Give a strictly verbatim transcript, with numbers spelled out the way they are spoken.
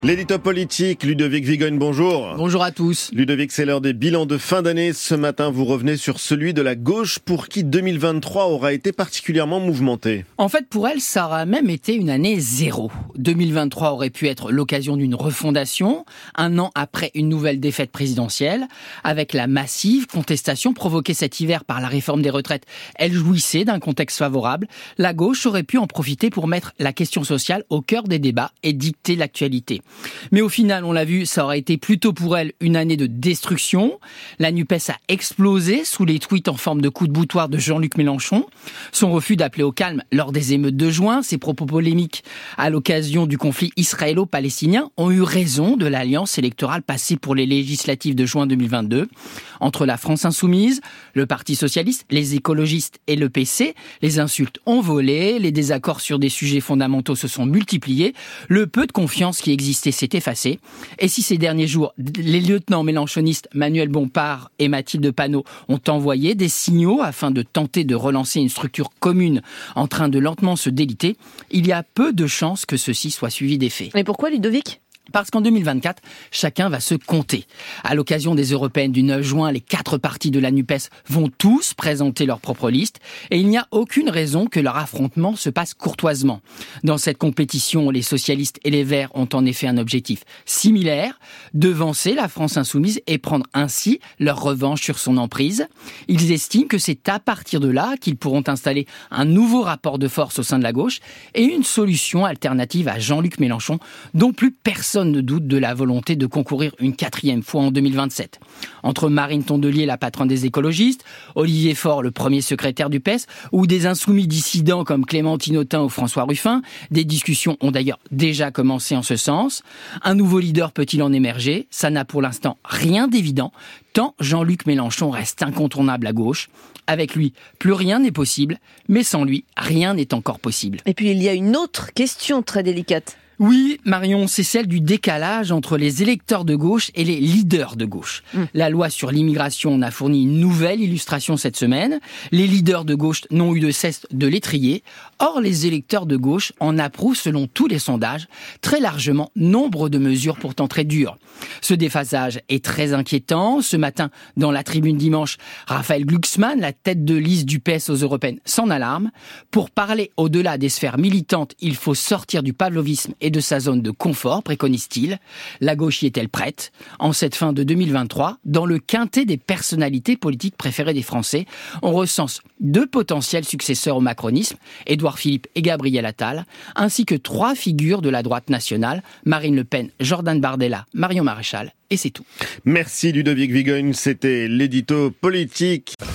L'édito politique, Ludovic Vigogne, bonjour. Bonjour à tous. Ludovic, c'est l'heure des bilans de fin d'année. Ce matin, vous revenez sur celui de la gauche pour qui deux mille vingt-trois aura été particulièrement mouvementé. En fait, pour elle, ça aura même été une année zéro. deux mille vingt-trois aurait pu être l'occasion d'une refondation, un an après une nouvelle défaite présidentielle. Avec la massive contestation provoquée cet hiver par la réforme des retraites, elle jouissait d'un contexte favorable. La gauche aurait pu en profiter pour mettre la question sociale au cœur des débats et dicter l'actualité. Mais au final, on l'a vu, ça aurait été plutôt pour elle une année de destruction. La NUPES a explosé sous les tweets en forme de coup de boutoir de Jean-Luc Mélenchon. Son refus d'appeler au calme lors des émeutes de juin, ses propos polémiques à l'occasion du conflit israélo-palestinien ont eu raison de l'alliance électorale passée pour les législatives de juin deux mille vingt-deux. Entre la France insoumise, le Parti socialiste, les écologistes et le P C, les insultes ont volé, les désaccords sur des sujets fondamentaux se sont multipliés, le peu de confiance qui existait s'est effacé. Et si ces derniers jours, les lieutenants mélenchonistes Manuel Bompard et Mathilde Panot ont envoyé des signaux afin de tenter de relancer une structure commune en train de lentement se déliter, il y a peu de chances que ceci soit suivi d'effet. Mais pourquoi, Ludovic ? Parce qu'en deux mille vingt-quatre, chacun va se compter. À l'occasion des européennes du neuf juin, les quatre partis de la NUPES vont tous présenter leur propre liste et il n'y a aucune raison que leur affrontement se passe courtoisement. Dans cette compétition, les socialistes et les Verts ont en effet un objectif similaire, devancer la France insoumise et prendre ainsi leur revanche sur son emprise. Ils estiment que c'est à partir de là qu'ils pourront installer un nouveau rapport de force au sein de la gauche et une solution alternative à Jean-Luc Mélenchon, dont plus personne ne doute de la volonté de concourir une quatrième fois en deux mille vingt-sept. Entre Marine Tondelier, la patronne des écologistes, Olivier Faure, le premier secrétaire du P E S, ou des insoumis dissidents comme Clémentine Autain ou François Ruffin, des discussions ont d'ailleurs déjà commencé en ce sens. Un nouveau leader peut-il en émerger ? Ça n'a pour l'instant rien d'évident, tant Jean-Luc Mélenchon reste incontournable à gauche. Avec lui, plus rien n'est possible, mais sans lui, rien n'est encore possible. Et puis il y a une autre question très délicate. Oui, Marion, c'est celle du décalage entre les électeurs de gauche et les leaders de gauche. Mmh. La loi sur l'immigration en a fourni une nouvelle illustration cette semaine. Les leaders de gauche n'ont eu de cesse de l'étrier. Or, les électeurs de gauche en approuvent, selon tous les sondages, très largement nombre de mesures pourtant très dures. Ce déphasage est très inquiétant. Ce matin, dans la tribune dimanche, Raphaël Glucksmann, la tête de liste du P E S aux européennes, s'en alarme. Pour parler au-delà des sphères militantes, il faut sortir du pavlovisme et de sa zone de confort, préconise-t-il. La gauche y est-elle prête ? En cette fin de deux mille vingt-trois, dans le quintet des personnalités politiques préférées des Français, on recense deux potentiels successeurs au macronisme, Édouard Philippe et Gabriel Attal, ainsi que trois figures de la droite nationale, Marine Le Pen, Jordan Bardella, Marion Maréchal, et c'est tout. Merci Ludovic Vigogne, c'était l'édito politique.